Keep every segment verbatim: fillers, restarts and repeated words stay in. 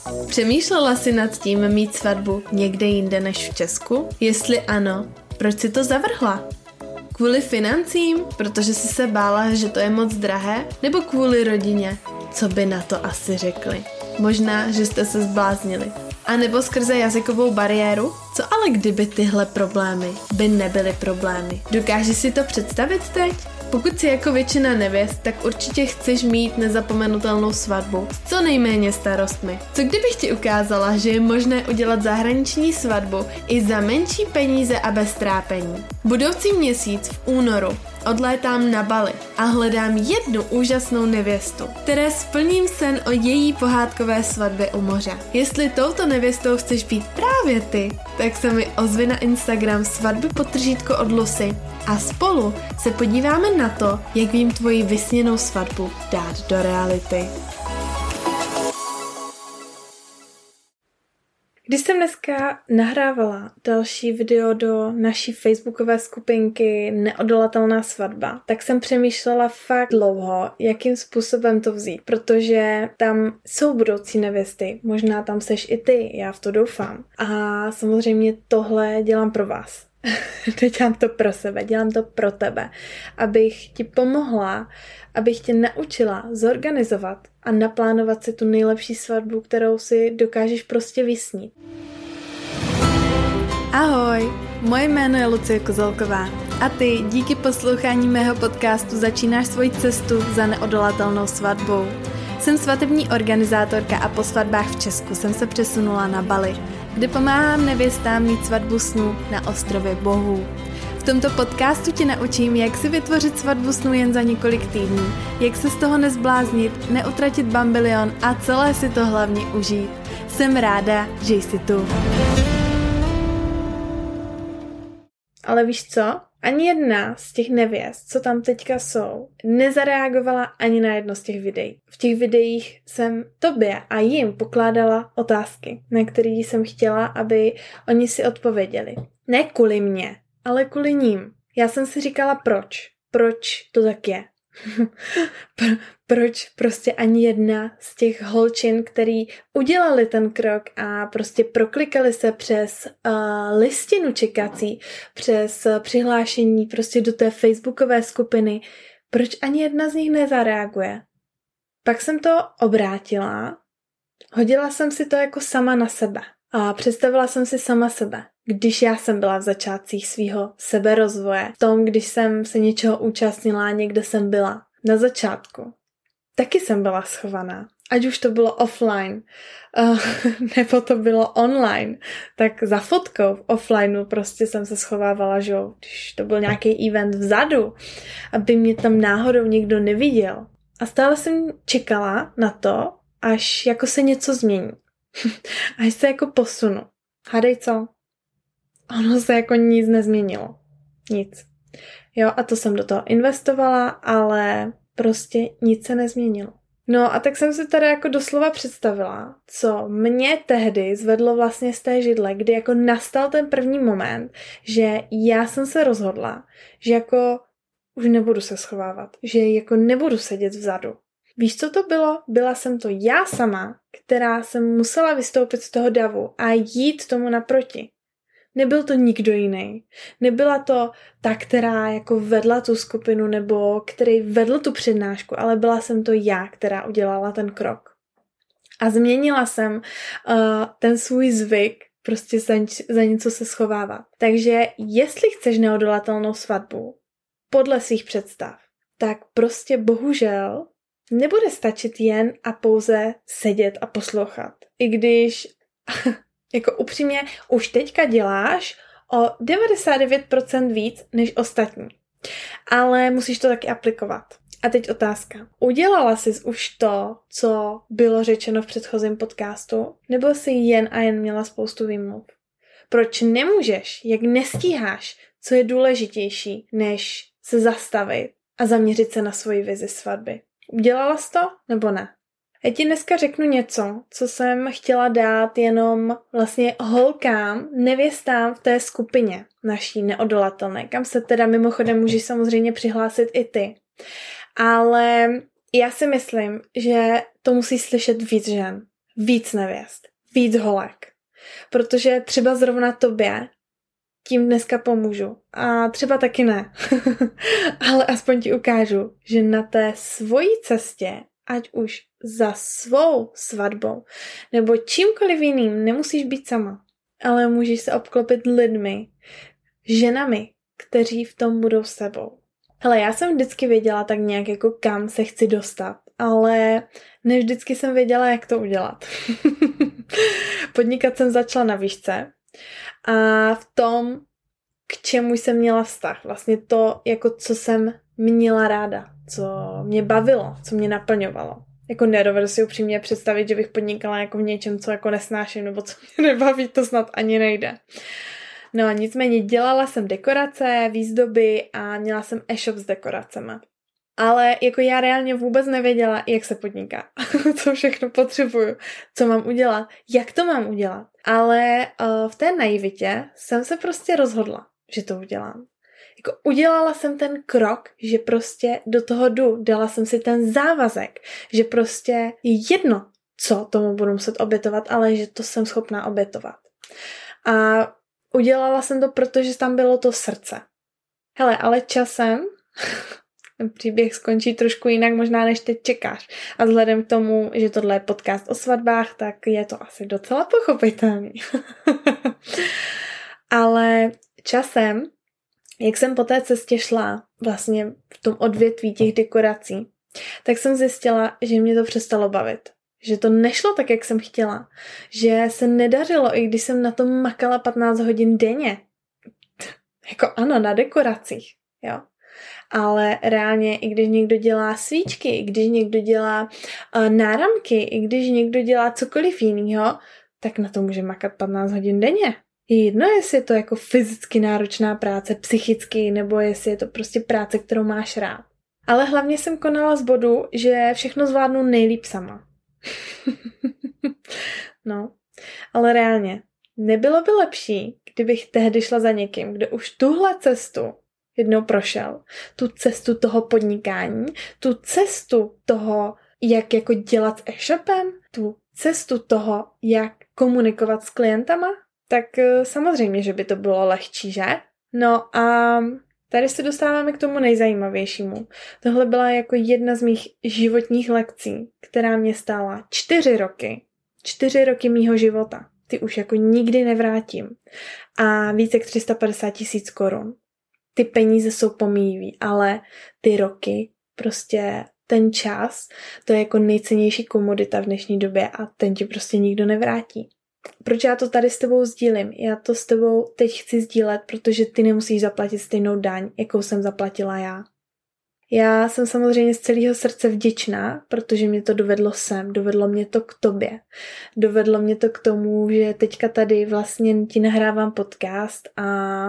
Přemýšlela jsi nad tím mít svatbu někde jinde než v Česku? Jestli ano, proč jsi to zavrhla? Kvůli financím, protože jsi se bála, že to je moc drahé? Nebo kvůli rodině? Co by na to asi řekli? Možná, že jste se zbláznili. A nebo skrze jazykovou bariéru? Co ale kdyby tyhle problémy by nebyly problémy? Dokážeš si to představit teď? Pokud jsi jako většina nevěst, tak určitě chceš mít nezapomenutelnou svatbu s co nejméně starostmi. Co kdybych ti ukázala, že je možné udělat zahraniční svatbu i za menší peníze a bez trápení? Budoucí měsíc v únoru odlétám na Bali a hledám jednu úžasnou nevěstu, které splním sen o její pohádkové svatbě u moře. Jestli touto nevěstou chceš být právě ty, tak se mi ozvi na Instagram svatby podtržítko od Lucy a spolu se podíváme na to, jak vím tvoji vysněnou svatbu dát do reality. Když jsem dneska nahrávala další video do naší facebookové skupinky Neodolatelná svatba, tak jsem přemýšlela fakt dlouho, jakým způsobem to vzít, protože tam jsou budoucí nevěsty, možná tam seš i ty, já v to doufám. A samozřejmě tohle dělám pro vás. Nedělám to pro sebe, dělám to pro tebe, abych ti pomohla, abych tě naučila zorganizovat a naplánovat si tu nejlepší svatbu, kterou si dokážeš prostě vysnít. Ahoj, moje jméno je Lucie Kozelková a ty díky poslouchání mého podcastu začínáš svoji cestu za neodolatelnou svatbou. Jsem svatební organizátorka a po svatbách v Česku jsem se přesunula na Bali, kde pomáhám nevěstám mít svatbu snů na ostrově bohů. V tomto podcastu tě naučím, jak si vytvořit svatbu snů jen za několik týdnů, jak se z toho nezbláznit, neutratit bambilion a celé si to hlavně užít. Jsem ráda, že jsi tu. Ale víš co? Ani jedna z těch nevěst, co tam teďka jsou, nezareagovala ani na jedno z těch videí. V těch videích jsem tobě a jim pokládala otázky, na které jsem chtěla, aby oni si odpověděli. Ne kvůli mně, ale kvůli ním. Já jsem si říkala proč. Proč to tak je? Pro, proč prostě ani jedna z těch holčin, který udělali ten krok a prostě proklikali se přes uh, listinu čekací, přes uh, přihlášení prostě do té facebookové skupiny, proč ani jedna z nich nezareaguje? Pak jsem to obrátila, hodila jsem si to jako sama na sebe a představila jsem si sama sebe, když já jsem byla v začátcích svýho seberozvoje, v tom, když jsem se něčeho účastnila, někde jsem byla. Na začátku. Taky jsem byla schovaná. Ať už to bylo offline, uh, nebo to bylo online, tak za fotkou v offlineu prostě jsem se schovávala, že jo, když to byl nějaký event vzadu, aby mě tam náhodou někdo neviděl. A stále jsem čekala na to, až jako se něco změní. Až se jako posunu. Hádej co? Ono se jako nic nezměnilo. Nic. Jo, a to jsem do toho investovala, ale prostě nic se nezměnilo. No a tak jsem si tady jako doslova představila, co mě tehdy zvedlo vlastně z té židle, kdy jako nastal ten první moment, že já jsem se rozhodla, že jako už nebudu se schovávat, že jako nebudu sedět vzadu. Víš, co to bylo? Byla jsem to já sama, která jsem musela vystoupit z toho davu a jít tomu naproti. Nebyl to nikdo jiný. Nebyla to ta, která jako vedla tu skupinu nebo který vedl tu přednášku, ale byla jsem to já, která udělala ten krok. A změnila jsem uh, ten svůj zvyk prostě za, za něco se schovávat. Takže jestli chceš neodolatelnou svatbu podle svých představ, tak prostě bohužel nebude stačit jen a pouze sedět a poslouchat. I když... Jako upřímně, už teďka děláš o devadesát devět procent víc než ostatní. Ale musíš to taky aplikovat. A teď otázka. Udělala jsi už to, co bylo řečeno v předchozím podcastu? Nebo jsi jen a jen měla spoustu výmluv? Proč nemůžeš, jak nestíháš, co je důležitější, než se zastavit a zaměřit se na svoji vizi svatby? Udělala jsi to, nebo ne? Já ti dneska řeknu něco, co jsem chtěla dát jenom vlastně holkám, nevěstám v té skupině naší neodolatelné, kam se teda mimochodem můžeš samozřejmě přihlásit i ty. Ale já si myslím, že to musí slyšet víc žen. víc nevěst, víc holek. Protože třeba zrovna tobě tím dneska pomůžu. A třeba taky ne. Ale aspoň ti ukážu, že na té svojí cestě, ať už za svou svatbou, nebo čímkoliv jiným, nemusíš být sama. Ale můžeš se obklopit lidmi, ženami, kteří v tom budou s tebou. Hele, já jsem vždycky věděla tak nějak jako kam se chci dostat, ale ne vždycky jsem věděla, jak to udělat. Podnikat jsem začala na výšce a v tom, k čemu jsem měla vztah. Vlastně to, jako co jsem měla ráda, co mě bavilo, co mě naplňovalo. Jako nedovedu si upřímně představit, že bych podnikala jako v něčem, co jako nesnáším, nebo co mě nebaví, to snad ani nejde. No a nicméně dělala jsem dekorace, výzdoby a měla jsem e-shop s dekoracemi. Ale jako já reálně vůbec nevěděla, jak se podniká, co všechno potřebuju, co mám udělat, jak to mám udělat. Ale uh, v té naivitě jsem se prostě rozhodla, že to udělám. Jako udělala jsem ten krok, že prostě do toho jdu, dala jsem si ten závazek, že prostě je jedno, co tomu budu muset obětovat, ale že to jsem schopná obětovat. A udělala jsem to, protože tam bylo to srdce. Hele, ale časem ten příběh skončí trošku jinak možná, než teď čekáš. A vzhledem k tomu, že tohle je podcast o svatbách, tak je to asi docela pochopitelný. Ale časem, jak jsem po té cestě šla vlastně v tom odvětví těch dekorací, tak jsem zjistila, že mě to přestalo bavit. Že to nešlo tak, jak jsem chtěla. Že se nedařilo, i když jsem na tom makala patnáct hodin denně. Jako ano, na dekoracích, jo. Ale reálně, i když někdo dělá svíčky, i když někdo dělá uh, náramky, i když někdo dělá cokoliv jinýho, tak na to může makat patnáct hodin denně. Je jedno, jestli je to jako fyzicky náročná práce, psychicky, nebo jestli je to prostě práce, kterou máš rád. Ale hlavně jsem konala z bodu, že všechno zvládnu nejlíp sama. No, ale reálně, nebylo by lepší, kdybych tehdy šla za někým, kdo už tuhle cestu jednou prošel, tu cestu toho podnikání, tu cestu toho, jak jako dělat s e-shopem, tu cestu toho, jak komunikovat s klientama, tak samozřejmě, že by to bylo lehčí, že? No a tady se dostáváme k tomu nejzajímavějšímu. Tohle byla jako jedna z mých životních lekcí, která mě stála čtyři roky. Čtyři roky mýho života. Ty už jako nikdy nevrátím. A více jak tři sta padesát tisíc korun. Ty peníze jsou pomíjivý, ale ty roky, prostě ten čas, to je jako nejcennější komodita v dnešní době a ten ti prostě nikdo nevrátí. Proč já to tady s tebou sdílím? Já to s tebou teď chci sdílet, protože ty nemusíš zaplatit stejnou daň, jakou jsem zaplatila já. Já jsem samozřejmě z celého srdce vděčná, protože mě to dovedlo sem, dovedlo mě to k tobě. Dovedlo mě to k tomu, že teďka tady vlastně ti nahrávám podcast a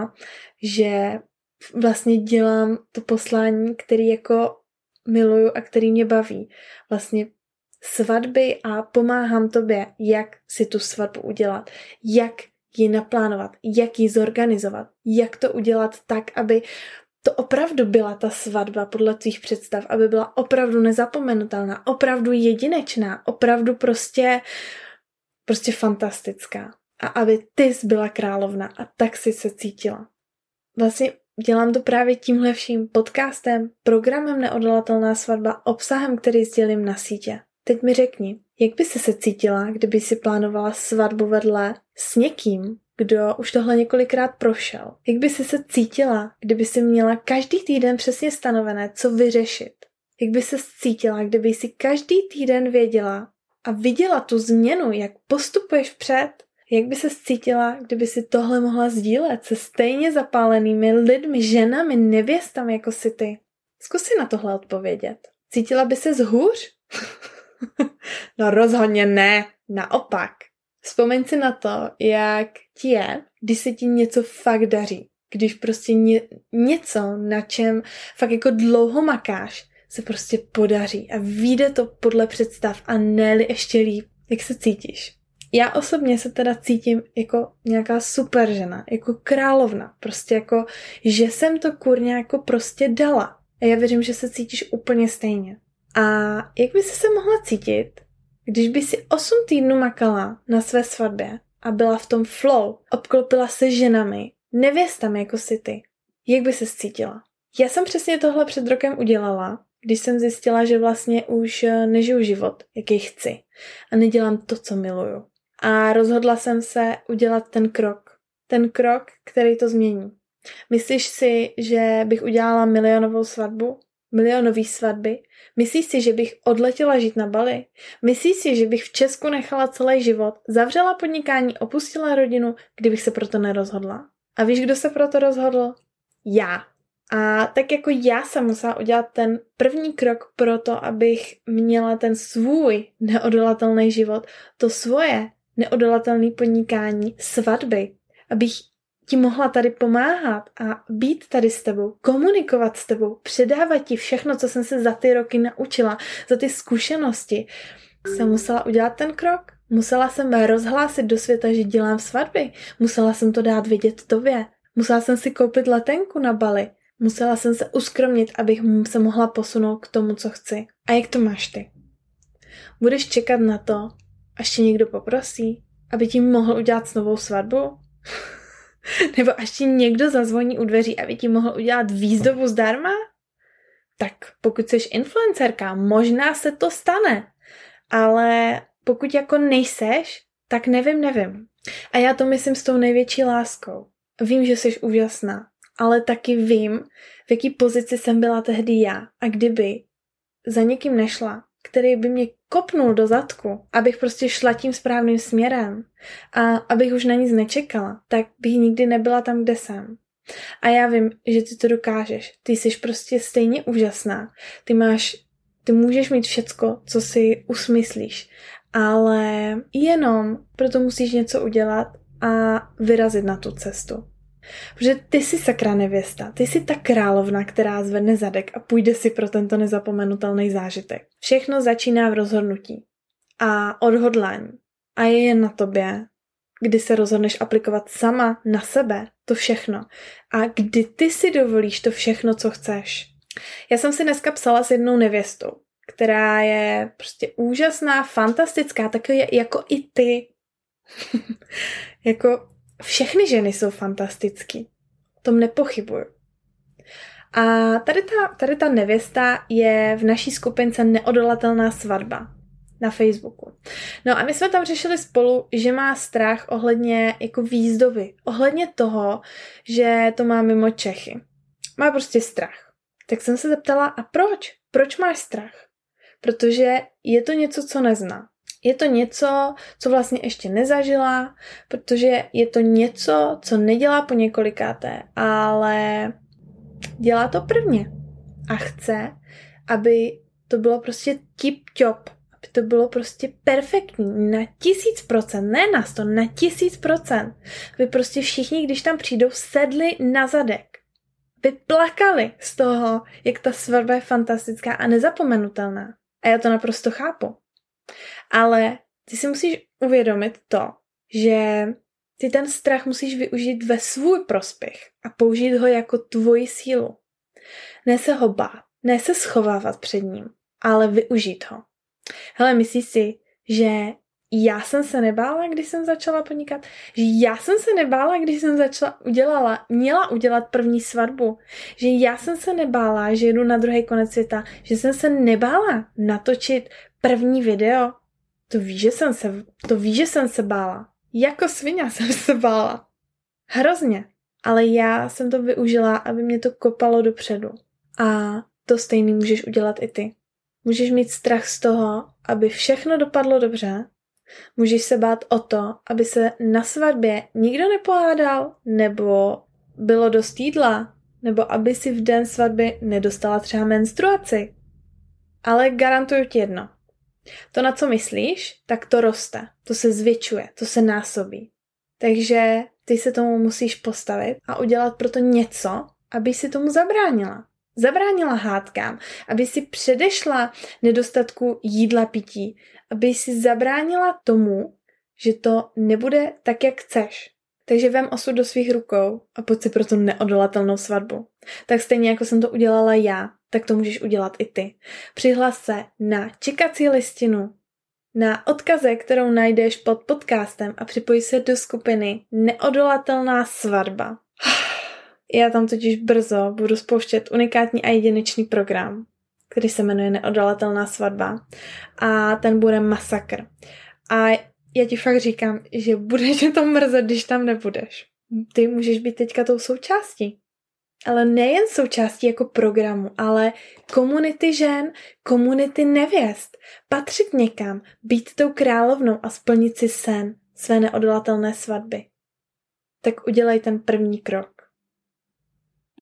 že vlastně dělám to poslání, který jako miluju a který mě baví. Vlastně svatby a pomáhám tobě, jak si tu svatbu udělat, jak ji naplánovat, jak ji zorganizovat, jak to udělat tak, aby to opravdu byla ta svatba podle tvých představ, aby byla opravdu nezapomenutelná, opravdu jedinečná, opravdu prostě, prostě fantastická. A aby ty jsi byla královna a tak si se cítila. Vlastně dělám to právě tímhle vším podcastem, programem Neodolatelná svatba, obsahem, který sdělím na sítě. Teď mi řekni, jak by jsi se cítila, kdyby si plánovala svatbu vedle s někým, kdo už tohle několikrát prošel? Jak by jsi se cítila, kdyby si měla každý týden přesně stanovené, co vyřešit? Jak by se cítila, kdyby si každý týden věděla a viděla tu změnu, jak postupuješ vpřed? Jak by se cítila, kdyby si tohle mohla sdílet se stejně zapálenými lidmi, ženami, nevěstami jako si ty? Zkus si na tohle odpovědět. Cítila by se hůř? No rozhodně ne, naopak. Vzpomeň si na to, jak ti je, když se ti něco fakt daří. Když prostě ně, něco, na čem fakt jako dlouho makáš, se prostě podaří a vyjde to podle představ a ne-li ještě líp. Jak se cítíš? Já osobně se teda cítím jako nějaká super žena, jako královna. Prostě jako, že jsem to kurňa jako prostě dala. A já věřím, že se cítíš úplně stejně. A jak by jsi se mohla cítit, Když by si osm týdnů makala na své svatbě a byla v tom flow, obklopila se ženami, nevěstami jako si ty, jak by se cítila? Já jsem přesně tohle před rokem udělala, když jsem zjistila, že vlastně už nežiju život, jaký chci a nedělám to, co miluju. A rozhodla jsem se udělat ten krok. Ten krok, který to změní. Myslíš si, že bych udělala milionovou svatbu? Milionový svatby? Myslíš si, že bych odletěla žít na Bali? Myslíš si, že bych v Česku nechala celý život, zavřela podnikání, opustila rodinu, kdybych se proto nerozhodla? A víš, kdo se proto rozhodl? Já. A tak jako já jsem musela udělat ten první krok pro to, abych měla ten svůj neodolatelný život, to svoje neodolatelné podnikání, svatby, abych ti mohla tady pomáhat a být tady s tebou, komunikovat s tebou, předávat ti všechno, co jsem se za ty roky naučila, za ty zkušenosti. Jsem musela udělat ten krok. Musela jsem rozhlásit do světa, že dělám svatby. Musela jsem to dát vědět tobě. Musela jsem si koupit letenku na Bali. Musela jsem se uskromnit, abych se mohla posunout k tomu, co chci. A jak to máš ty? Budeš čekat na to, až tě někdo poprosí, aby ti mohl udělat novou svatbu? Nebo až ti někdo zazvoní u dveří, aby ti mohl udělat výzdobu zdarma? Tak pokud jsi influencerka, možná se to stane. Ale pokud jako nejseš, tak nevím, nevím. A já to myslím s tou největší láskou. Vím, že jsi úžasná, ale taky vím, v jaký pozici jsem byla tehdy já. A kdyby za někým nešla, který by mě kopnul do zadku, abych prostě šla tím správným směrem a abych už na nic nečekala, tak bych nikdy nebyla tam, kde jsem. A já vím, že ty to dokážeš. Ty jsi prostě stejně úžasná. Ty máš, ty můžeš mít všecko, co si usmyslíš, ale jenom proto musíš něco udělat a vyrazit na tu cestu. Protože ty jsi sakra nevěsta, ty jsi ta královna, která zvedne zadek a půjde si pro tento nezapomenutelný zážitek. Všechno začíná v rozhodnutí a odhodlání. A je jen na tobě, kdy se rozhodneš aplikovat sama na sebe to všechno. A kdy ty si dovolíš to všechno, co chceš. Já jsem si dneska psala s jednou nevěstou, která je prostě úžasná, fantastická, taky jako i ty. Jako všechny ženy jsou fantastický. O tom nepochybuju. A tady ta, tady ta nevěsta je v naší skupince Neodolatelná svatba na Facebooku. No a my jsme tam řešili spolu, že má strach ohledně jako výzdovy. Ohledně toho, že to má mimo Čechy. Má prostě strach. Tak jsem se zeptala, a proč? Proč máš strach? Protože je to něco, co nezná. Je to něco, co vlastně ještě nezažila, protože je to něco, co nedělá po několikáté, ale dělá to prvně. A chce, aby to bylo prostě tip-top, aby to bylo prostě perfektní, na tisíc procent, ne na sto, na tisíc procent. Aby prostě všichni, když tam přijdou, sedli na zadek. Aby plakali z toho, jak ta svatba je fantastická a nezapomenutelná. A já to naprosto chápu. Ale ty si musíš uvědomit to, že ty ten strach musíš využít ve svůj prospěch a použít ho jako tvoji sílu. Ne se ho bát, ne se schovávat před ním, ale využít ho. Hele, myslíš si, že já jsem se nebála, když jsem začala podnikat? Že já jsem se nebála, když jsem začala, udělala, měla udělat první svatbu? Že já jsem se nebála, že jdu na druhý konec světa? Že jsem se nebála natočit první video? To víš, že jsem se, to víš, že jsem se bála. Jako svině jsem se bála. Hrozně. Ale já jsem to využila, aby mě to kopalo dopředu. A to stejný můžeš udělat i ty. Můžeš mít strach z toho, aby všechno dopadlo dobře. Můžeš se bát o to, aby se na svatbě nikdo nepohádal, nebo bylo dost jídla, nebo aby si v den svatby nedostala třeba menstruaci. Ale garantuju ti jedno. To, na co myslíš, tak to roste, to se zvětšuje, to se násobí. Takže ty se tomu musíš postavit a udělat proto něco, aby si tomu zabránila. Zabránila hádkám, aby si předešla nedostatku jídla, pití, aby si zabránila tomu, že to nebude tak, jak chceš. Takže vem osud do svých rukou a pojď si pro tu neodolatelnou svatbu. Tak stejně jako jsem to udělala já, tak to můžeš udělat i ty. Přihlas se na čekací listinu na odkaze, kterou najdeš pod podcastem a připoj se do skupiny Neodolatelná svatba. Já tam totiž brzo budu spouštět unikátní a jedinečný program, který se jmenuje Neodolatelná svatba a ten bude masakr. A já ti fakt říkám, že bude tě to mrzet, když tam nebudeš. Ty můžeš být teďka tou součástí. Ale nejen součástí jako programu, ale komunity žen, komunity nevěst. Patřit někam, být tou královnou a splnit si sen své neodolatelné svatby. Tak udělej ten první krok.